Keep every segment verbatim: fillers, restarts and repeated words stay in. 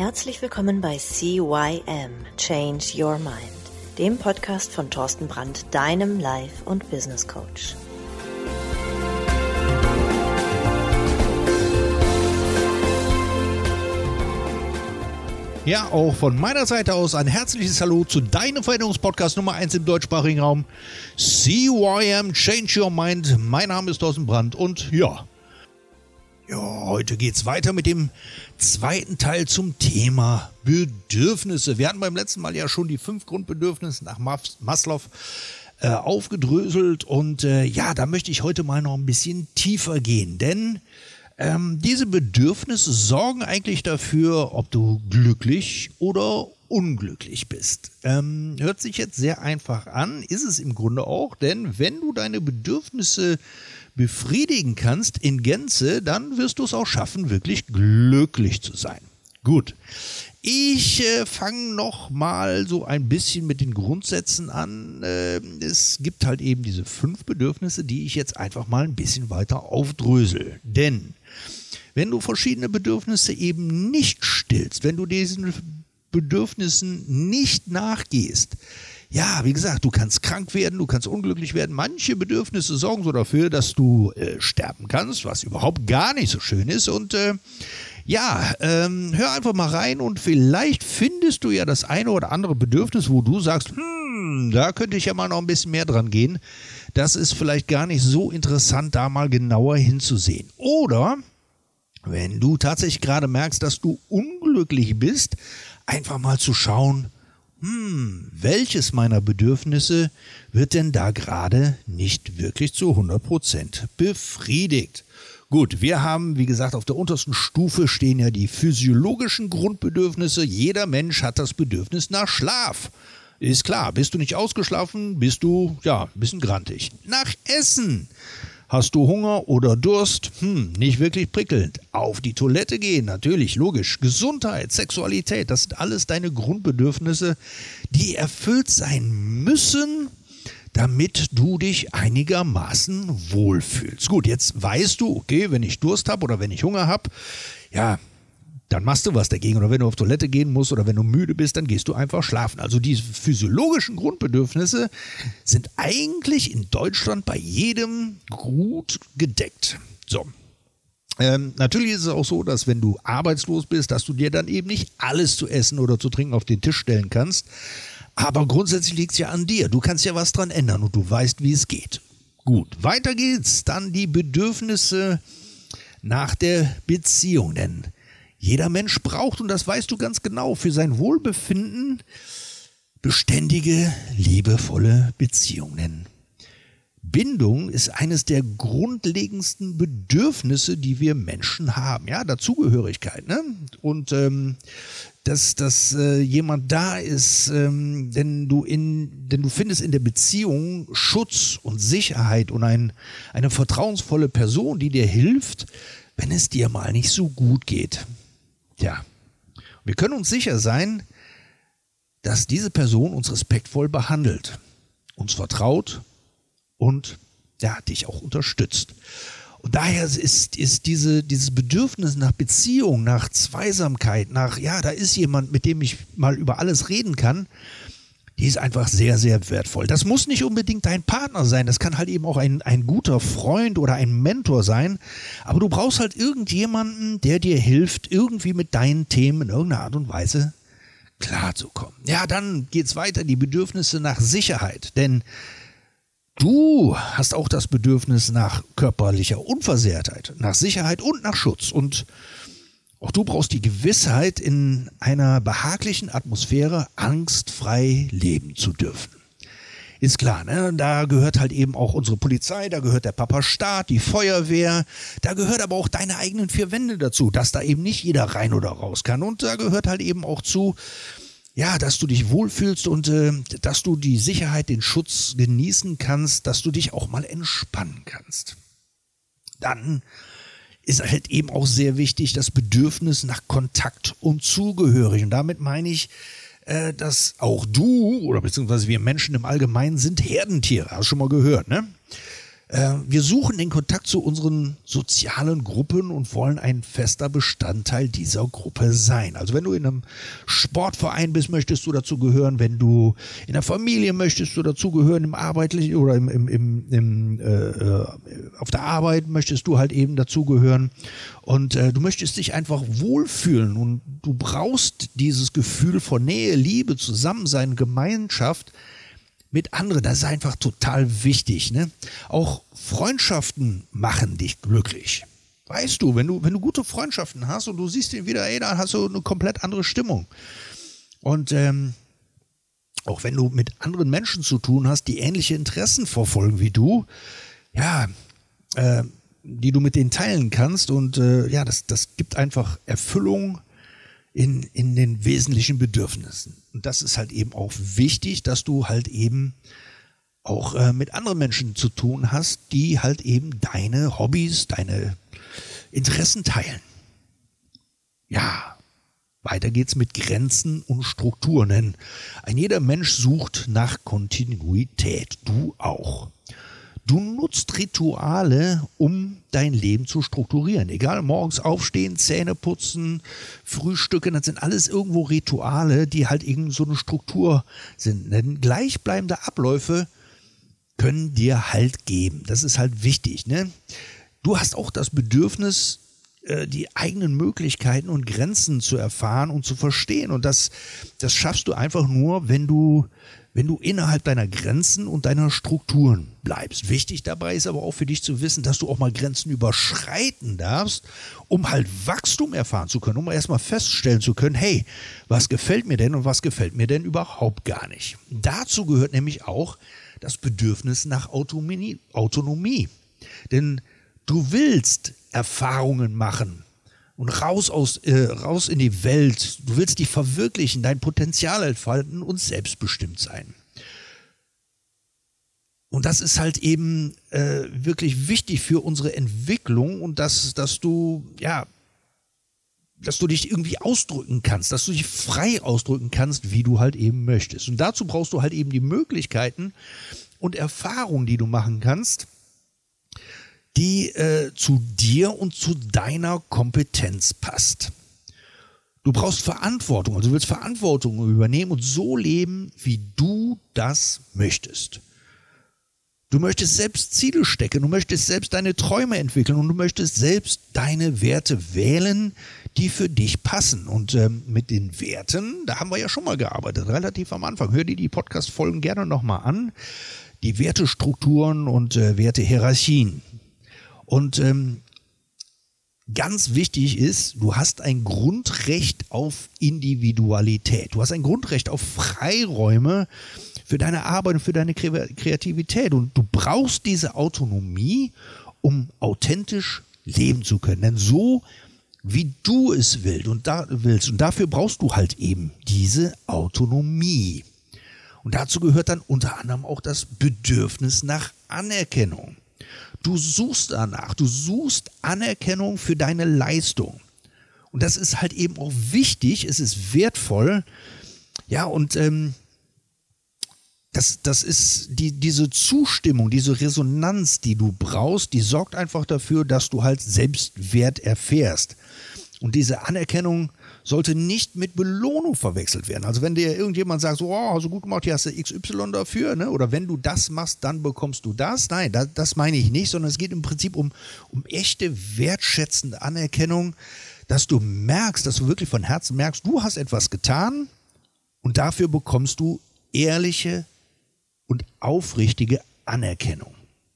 Herzlich willkommen bei C Y M, Change Your Mind, dem Podcast von Thorsten Brandt, deinem Life- und Business Coach. Ja, auch von meiner Seite aus ein herzliches Hallo zu deinem Veränderungspodcast Nummer eins im deutschsprachigen Raum. C Y M, Change Your Mind. Mein Name ist Thorsten Brandt und ja, ja, heute geht's weiter mit dem zweiten Teil zum Thema Bedürfnisse. Wir hatten beim letzten Mal ja schon die fünf Grundbedürfnisse nach Maslow äh, aufgedröselt und äh, ja, da möchte ich heute mal noch ein bisschen tiefer gehen, denn Ähm, diese Bedürfnisse sorgen eigentlich dafür, ob du glücklich oder unglücklich bist. Ähm, hört sich jetzt sehr einfach an, ist es im Grunde auch, denn wenn du deine Bedürfnisse befriedigen kannst in Gänze, dann wirst du es auch schaffen, wirklich glücklich zu sein. Gut, ich äh, fange noch mal so ein bisschen mit den Grundsätzen an. Äh, es gibt halt eben diese fünf Bedürfnisse, die ich jetzt einfach mal ein bisschen weiter aufdrösel. Denn wenn du verschiedene Bedürfnisse eben nicht stillst, wenn du diesen Bedürfnissen nicht nachgehst, ja, wie gesagt, du kannst krank werden, du kannst unglücklich werden. Manche Bedürfnisse sorgen so dafür, dass du äh, sterben kannst, was überhaupt gar nicht so schön ist. Und äh, ja, ähm, hör einfach mal rein und vielleicht findest du ja das eine oder andere Bedürfnis, wo du sagst, hm, da könnte ich ja mal noch ein bisschen mehr dran gehen. Das ist vielleicht gar nicht so interessant, da mal genauer hinzusehen. Oder wenn du tatsächlich gerade merkst, dass du unglücklich bist, einfach mal zu schauen, hm, welches meiner Bedürfnisse wird denn da gerade nicht wirklich zu hundert Prozent befriedigt? Gut, wir haben, wie gesagt, auf der untersten Stufe stehen ja die physiologischen Grundbedürfnisse. Jeder Mensch hat das Bedürfnis nach Schlaf. Ist klar, bist du nicht ausgeschlafen, bist du, ja, ein bisschen grantig. Nach Essen. Hast du Hunger oder Durst? Hm, nicht wirklich prickelnd. Auf die Toilette gehen, natürlich, logisch. Gesundheit, Sexualität, das sind alles deine Grundbedürfnisse, die erfüllt sein müssen, damit du dich einigermaßen wohlfühlst. Gut, jetzt weißt du, okay, wenn ich Durst habe oder wenn ich Hunger habe, ja, dann machst du was dagegen. Oder wenn du auf Toilette gehen musst oder wenn du müde bist, dann gehst du einfach schlafen. Also die physiologischen Grundbedürfnisse sind eigentlich in Deutschland bei jedem gut gedeckt. So. Ähm, natürlich ist es auch so, dass wenn du arbeitslos bist, dass du dir dann eben nicht alles zu essen oder zu trinken auf den Tisch stellen kannst. Aber grundsätzlich liegt es ja an dir. Du kannst ja was dran ändern und du weißt, wie es geht. Gut, weiter geht's. Dann die Bedürfnisse nach der Beziehung. Denn jeder Mensch braucht, und das weißt du ganz genau, für sein Wohlbefinden beständige, liebevolle Beziehungen. Bindung ist eines der grundlegendsten Bedürfnisse, die wir Menschen haben. Ja, Dazugehörigkeit, ne? Und ähm, dass, dass äh, jemand da ist, ähm, denn du in, denn du findest in der Beziehung Schutz und Sicherheit und ein, eine vertrauensvolle Person, die dir hilft, wenn es dir mal nicht so gut geht. Ja, wir können uns sicher sein, dass diese Person uns respektvoll behandelt, uns vertraut und ja, dich auch unterstützt. Und daher ist, ist diese, dieses Bedürfnis nach Beziehung, nach Zweisamkeit, nach, ja, da ist jemand, mit dem ich mal über alles reden kann, die ist einfach sehr, sehr wertvoll. Das muss nicht unbedingt dein Partner sein, das kann halt eben auch ein, ein guter Freund oder ein Mentor sein, aber du brauchst halt irgendjemanden, der dir hilft, irgendwie mit deinen Themen in irgendeiner Art und Weise klarzukommen. Ja, dann geht's weiter, die Bedürfnisse nach Sicherheit, denn du hast auch das Bedürfnis nach körperlicher Unversehrtheit, nach Sicherheit und nach Schutz. Und auch du brauchst die Gewissheit, in einer behaglichen Atmosphäre angstfrei leben zu dürfen. Ist klar, ne? Da gehört halt eben auch unsere Polizei, da gehört der Papa Staat, die Feuerwehr, da gehört aber auch deine eigenen vier Wände dazu, dass da eben nicht jeder rein oder raus kann. Und da gehört halt eben auch zu, ja, dass du dich wohlfühlst und äh, dass du die Sicherheit, den Schutz genießen kannst, dass du dich auch mal entspannen kannst. Dann ist halt eben auch sehr wichtig das Bedürfnis nach Kontakt und Zugehörigkeit. Und damit meine ich, äh, dass auch du oder beziehungsweise wir Menschen im Allgemeinen sind Herdentiere. Hast du schon mal gehört, ne? Wir suchen den Kontakt zu unseren sozialen Gruppen und wollen ein fester Bestandteil dieser Gruppe sein. Also wenn du in einem Sportverein bist, möchtest du dazu gehören. Wenn du in der Familie möchtest du dazu gehören, im arbeitlichen oder im, im, im, im, äh, auf der Arbeit möchtest du halt eben dazu gehören. Und äh, du möchtest dich einfach wohlfühlen und du brauchst dieses Gefühl von Nähe, Liebe, Zusammensein, Gemeinschaft mit anderen. Das ist einfach total wichtig, ne? Auch Freundschaften machen dich glücklich. Weißt du, wenn du, wenn du gute Freundschaften hast und du siehst ihn wieder, ey, dann hast du eine komplett andere Stimmung. Und ähm, auch wenn du mit anderen Menschen zu tun hast, die ähnliche Interessen verfolgen wie du, ja, äh, die du mit denen teilen kannst. Und äh, ja, das, das gibt einfach Erfüllung in, in den wesentlichen Bedürfnissen. Und das ist halt eben auch wichtig, dass du halt eben auch äh, mit anderen Menschen zu tun hast, die halt eben deine Hobbys, deine Interessen teilen. Ja, weiter geht's mit Grenzen und Strukturen. Denn ein jeder Mensch sucht nach Kontinuität. Du auch. Du nutzt Rituale, um dein Leben zu strukturieren. Egal, morgens aufstehen, Zähne putzen, Frühstücken, das sind alles irgendwo Rituale, die halt irgend so eine Struktur sind. Denn gleichbleibende Abläufe können dir Halt geben. Das ist halt wichtig, ne? Du hast auch das Bedürfnis, die eigenen Möglichkeiten und Grenzen zu erfahren und zu verstehen. Und das, das schaffst du einfach nur, wenn du, wenn du innerhalb deiner Grenzen und deiner Strukturen bleibst. Wichtig dabei ist aber auch für dich zu wissen, dass du auch mal Grenzen überschreiten darfst, um halt Wachstum erfahren zu können, um erstmal feststellen zu können, hey, was gefällt mir denn und was gefällt mir denn überhaupt gar nicht. Dazu gehört nämlich auch das Bedürfnis nach Autonomie. Autonomie. Denn du willst Erfahrungen machen und raus, aus, äh, raus in die Welt. Du willst dich verwirklichen, dein Potenzial entfalten und selbstbestimmt sein. Und das ist halt eben äh, wirklich wichtig für unsere Entwicklung und dass, dass du, ja, dass du dich irgendwie ausdrücken kannst, dass du dich frei ausdrücken kannst, wie du halt eben möchtest. Und dazu brauchst du halt eben die Möglichkeiten und Erfahrungen, die du machen kannst, die äh, zu dir und zu deiner Kompetenz passt. Du brauchst Verantwortung, also du willst Verantwortung übernehmen und so leben, wie du das möchtest. Du möchtest selbst Ziele stecken, du möchtest selbst deine Träume entwickeln und du möchtest selbst deine Werte wählen, die für dich passen. Und ähm, mit den Werten, da haben wir ja schon mal gearbeitet, relativ am Anfang. Hör dir die Podcast-Folgen gerne nochmal an. Die Wertestrukturen und äh, Wertehierarchien. Und ähm, ganz wichtig ist, du hast ein Grundrecht auf Individualität. Du hast ein Grundrecht auf Freiräume für deine Arbeit und für deine Kreativität. Und du brauchst diese Autonomie, um authentisch leben zu können. Denn so, wie du es willst und, da, willst, und dafür brauchst du halt eben diese Autonomie. Und dazu gehört dann unter anderem auch das Bedürfnis nach Anerkennung. Du suchst danach, du suchst Anerkennung für deine Leistung. Und das ist halt eben auch wichtig, es ist wertvoll. Ja, und ähm, das, das ist die, diese Zustimmung, diese Resonanz, die du brauchst, die sorgt einfach dafür, dass du halt Selbstwert erfährst. Und diese Anerkennung sollte nicht mit Belohnung verwechselt werden. Also wenn dir irgendjemand sagt, so, oh, hast du gut gemacht, hier hast du X Y dafür, ne? Oder wenn du das machst, dann bekommst du das. Nein, das, das meine ich nicht, sondern es geht im Prinzip um, um echte, wertschätzende Anerkennung, dass du merkst, dass du wirklich von Herzen merkst, du hast etwas getan und dafür bekommst du ehrliche und aufrichtige Anerkennung.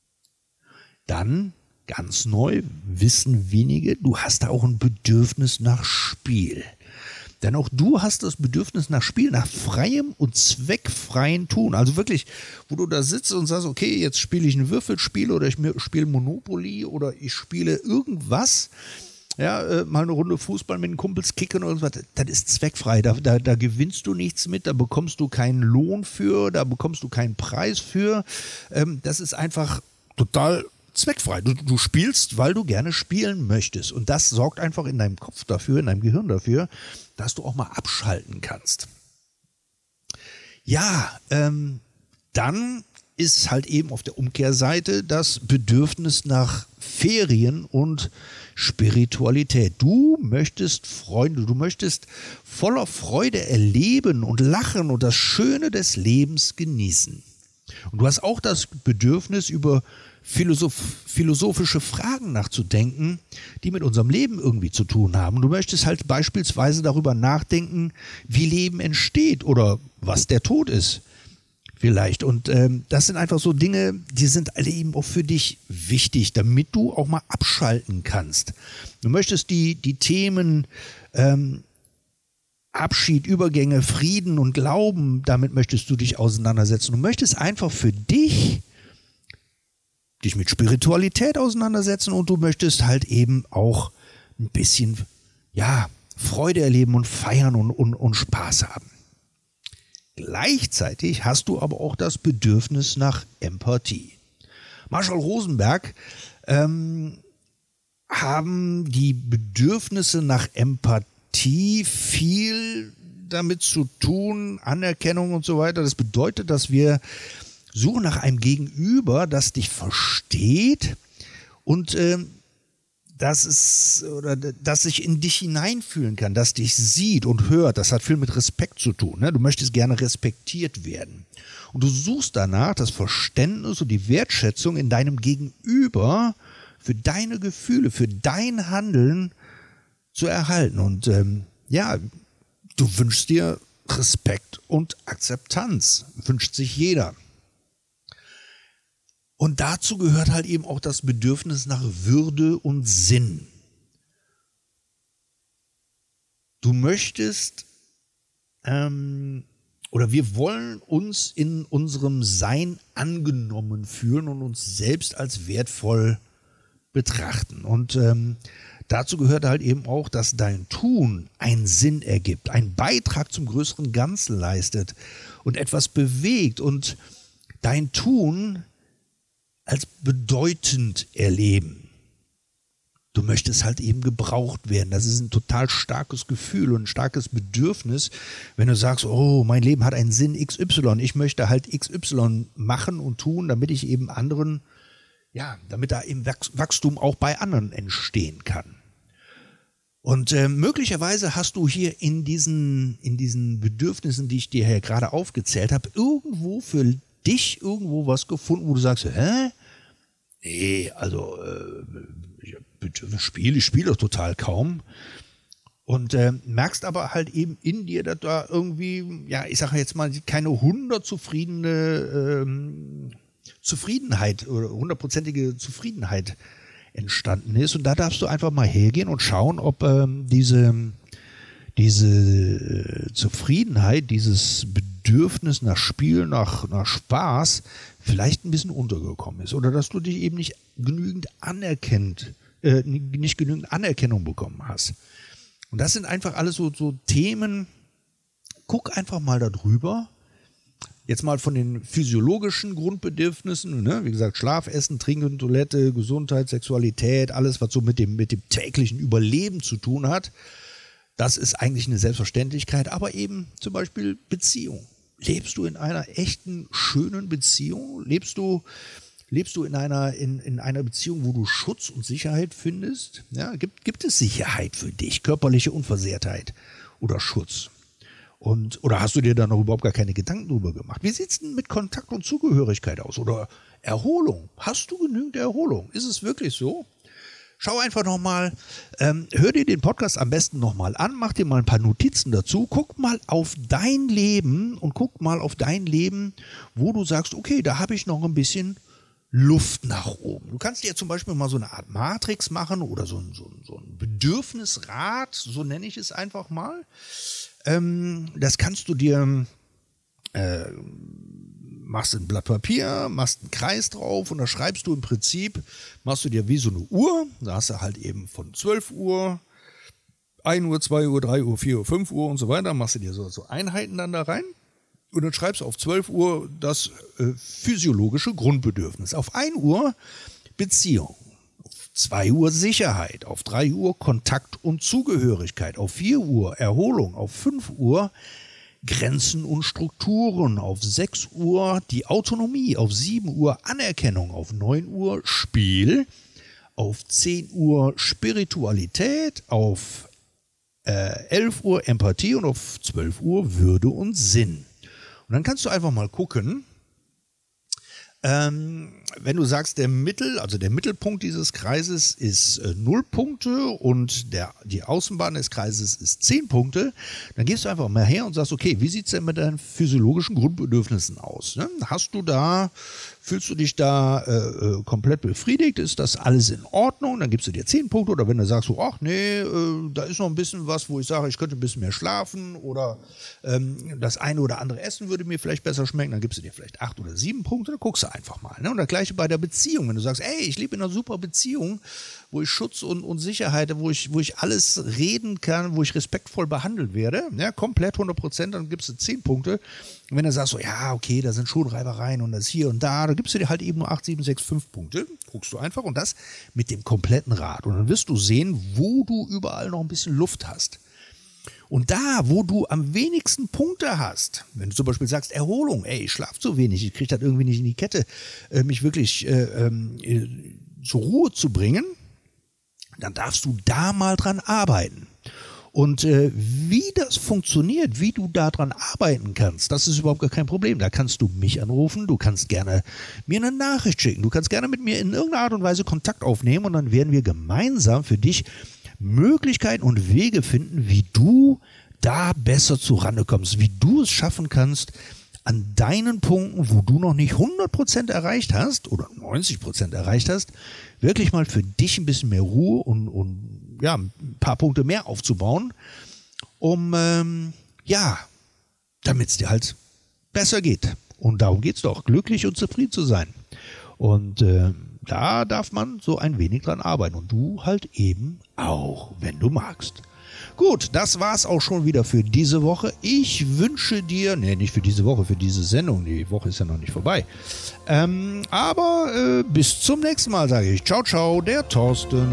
Dann ganz neu, wissen wenige, du hast da auch ein Bedürfnis nach Spiel. Denn auch du hast das Bedürfnis nach Spiel, nach freiem und zweckfreien Tun. Also wirklich, wo du da sitzt und sagst, okay, jetzt spiele ich ein Würfelspiel oder ich spiele Monopoly oder ich spiele irgendwas. Ja, äh, mal eine Runde Fußball mit den Kumpels kicken oder was. Das ist zweckfrei. Da, da, da gewinnst du nichts mit, da bekommst du keinen Lohn für, da bekommst du keinen Preis für. Ähm, das ist einfach total zweckfrei. Du, du spielst, weil du gerne spielen möchtest. Und das sorgt einfach in deinem Kopf dafür, in deinem Gehirn dafür, dass du auch mal abschalten kannst. Ja, ähm, dann ist halt eben auf der Umkehrseite das Bedürfnis nach Ferien und Spiritualität. Du möchtest Freunde, du möchtest voller Freude erleben und lachen und das Schöne des Lebens genießen. Und du hast auch das Bedürfnis, über Philosoph- philosophische Fragen nachzudenken, die mit unserem Leben irgendwie zu tun haben. Du möchtest halt beispielsweise darüber nachdenken, wie Leben entsteht oder was der Tod ist. Vielleicht. Und ähm, das sind einfach so Dinge, die sind alle eben auch für dich wichtig, damit du auch mal abschalten kannst. Du möchtest die, die Themen ähm, Abschied, Übergänge, Frieden und Glauben, damit möchtest du dich auseinandersetzen. Du möchtest einfach für dich dich mit Spiritualität auseinandersetzen und du möchtest halt eben auch ein bisschen, ja, Freude erleben und feiern und, und, und Spaß haben. Gleichzeitig hast du aber auch das Bedürfnis nach Empathie. Marshall Rosenberg ähm, haben die Bedürfnisse nach Empathie viel damit zu tun, Anerkennung und so weiter. Das bedeutet, dass wir suchen nach einem Gegenüber, das dich versteht und ähm, dass es oder dass sich in dich hineinfühlen kann, dass dich sieht und hört. Das hat viel mit Respekt zu tun. Ne? Du möchtest gerne respektiert werden. Und du suchst danach das Verständnis und die Wertschätzung in deinem Gegenüber für deine Gefühle, für dein Handeln zu erhalten. Und ähm, ja, du wünschst dir Respekt und Akzeptanz. Wünscht sich jeder. Und dazu gehört halt eben auch das Bedürfnis nach Würde und Sinn. Du möchtest ähm, oder wir wollen uns in unserem Sein angenommen fühlen und uns selbst als wertvoll betrachten. Und ähm, dazu gehört halt eben auch, dass dein Tun einen Sinn ergibt, einen Beitrag zum größeren Ganzen leistet und etwas bewegt und dein Tun als bedeutend erleben. Du möchtest halt eben gebraucht werden. Das ist ein total starkes Gefühl und ein starkes Bedürfnis, wenn du sagst, oh, mein Leben hat einen Sinn X Y. Ich möchte halt X Y machen und tun, damit ich eben anderen, ja, damit da eben Wachstum auch bei anderen entstehen kann. Und äh, möglicherweise hast du hier in diesen, in diesen Bedürfnissen, die ich dir hier gerade aufgezählt habe, irgendwo für dich irgendwo was gefunden, wo du sagst, hä? Nee, also äh, ich spiele, ich spiele doch total kaum. Und äh, merkst aber halt eben in dir, dass da irgendwie, ja, ich sage jetzt mal, keine hundert zufriedene ähm, Zufriedenheit oder hundertprozentige Zufriedenheit entstanden ist. Und da darfst du einfach mal hergehen und schauen, ob ähm, diese, diese Zufriedenheit, dieses Bedürfnis nach Spiel, nach, nach Spaß vielleicht ein bisschen untergekommen ist. Oder dass du dich eben nicht genügend anerkennt, äh, nicht genügend Anerkennung bekommen hast. Und das sind einfach alles so, so Themen. Guck einfach mal darüber. Jetzt mal von den physiologischen Grundbedürfnissen, ne? Wie gesagt, Schlaf, Essen, Trinken, Toilette, Gesundheit, Sexualität, alles, was so mit dem, mit dem täglichen Überleben zu tun hat. Das ist eigentlich eine Selbstverständlichkeit, aber eben zum Beispiel Beziehung. Lebst du in einer echten, schönen Beziehung? Lebst du, lebst du in einer, in, in einer Beziehung, wo du Schutz und Sicherheit findest? Ja, gibt, gibt es Sicherheit für dich, körperliche Unversehrtheit oder Schutz? Und, oder hast du dir da noch überhaupt gar keine Gedanken drüber gemacht? Wie sieht es denn mit Kontakt und Zugehörigkeit aus? Oder Erholung? Hast du genügend Erholung? Ist es wirklich so? Schau einfach nochmal, ähm, hör dir den Podcast am besten nochmal an, mach dir mal ein paar Notizen dazu, guck mal auf dein Leben und guck mal auf dein Leben, wo du sagst, okay, da habe ich noch ein bisschen Luft nach oben. Du kannst dir zum Beispiel mal so eine Art Matrix machen oder so ein, so ein, so ein Bedürfnisrad, so nenne ich es einfach mal. Ähm, das kannst du dir, äh, machst ein Blatt Papier, machst einen Kreis drauf und da schreibst du im Prinzip, machst du dir wie so eine Uhr, da hast du halt eben von zwölf Uhr, ein Uhr, zwei Uhr, drei Uhr, vier Uhr, fünf Uhr und so weiter, machst du dir so, so Einheiten dann da rein und dann schreibst du auf zwölf Uhr das äh, physiologische Grundbedürfnis, auf ein Uhr Beziehung, auf zwei Uhr Sicherheit, auf drei Uhr Kontakt und Zugehörigkeit, auf vier Uhr Erholung, auf fünf Uhr Grenzen und Strukturen, auf sechs Uhr die Autonomie, auf sieben Uhr Anerkennung, auf neun Uhr Spiel, auf zehn Uhr Spiritualität, auf äh, elf Uhr Empathie und auf zwölf Uhr Würde und Sinn. Und dann kannst du einfach mal gucken, Ähm, wenn du sagst, der Mittel, also der Mittelpunkt dieses Kreises ist äh, null Punkte und der, die Außenbahn des Kreises ist zehn Punkte, dann gehst du einfach mal her und sagst, okay, wie sieht es denn mit deinen physiologischen Grundbedürfnissen aus? Ne? Hast du da, fühlst du dich da äh, komplett befriedigt? Ist das alles in Ordnung? Dann gibst du dir zehn Punkte. Oder wenn du sagst, so, ach nee, äh, da ist noch ein bisschen was, wo ich sage, ich könnte ein bisschen mehr schlafen oder ähm, das eine oder andere Essen würde mir vielleicht besser schmecken, dann gibst du dir vielleicht acht oder sieben Punkte, dann guckst du einfach mal. Ne? Und das gleiche bei der Beziehung. Wenn du sagst, ey, ich lebe in einer super Beziehung, wo ich Schutz und, und Sicherheit habe, wo ich, wo ich alles reden kann, wo ich respektvoll behandelt werde, ja, komplett hundert Prozent, dann gibst du zehn Punkte. Und wenn du sagst, so, ja, okay, da sind schon Reibereien und das hier und da, dann gibst du dir halt eben nur acht, sieben, sechs, fünf Punkte, guckst du einfach und das mit dem kompletten Rad. Und dann wirst du sehen, wo du überall noch ein bisschen Luft hast. Und da, wo du am wenigsten Punkte hast, wenn du zum Beispiel sagst, Erholung, ey, ich schlafe zu wenig, ich kriege das irgendwie nicht in die Kette, äh, mich wirklich äh, äh, zur Ruhe zu bringen, dann darfst du da mal dran arbeiten. Und äh, wie das funktioniert, wie du daran arbeiten kannst, das ist überhaupt gar kein Problem. Da kannst du mich anrufen, du kannst gerne mir eine Nachricht schicken, du kannst gerne mit mir in irgendeiner Art und Weise Kontakt aufnehmen und dann werden wir gemeinsam für dich Möglichkeiten und Wege finden, wie du da besser zurande kommst, wie du es schaffen kannst, an deinen Punkten, wo du noch nicht hundert Prozent erreicht hast oder neunzig Prozent erreicht hast, wirklich mal für dich ein bisschen mehr Ruhe und, und ja, ein paar Punkte mehr aufzubauen, um, ähm, ja, damit es dir halt besser geht. Und darum geht es doch, glücklich und zufrieden zu sein. Und äh, da darf man so ein wenig dran arbeiten. Und du halt eben auch, wenn du magst. Gut, das war's auch schon wieder für diese Woche. Ich wünsche dir, nee, nicht für diese Woche, für diese Sendung, die Woche ist ja noch nicht vorbei. Ähm, aber äh, bis zum nächsten Mal sage ich ciao, ciao, der Thorsten.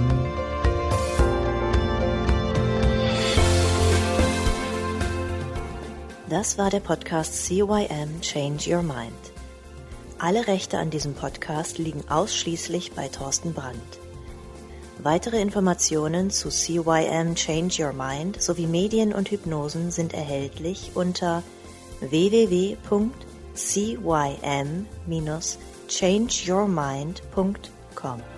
Das war der Podcast C Y M Change Your Mind. Alle Rechte an diesem Podcast liegen ausschließlich bei Thorsten Brandt. Weitere Informationen zu C Y M Change Your Mind sowie Medien und Hypnosen sind erhältlich unter w w w punkt c y m dash change your mind punkt com.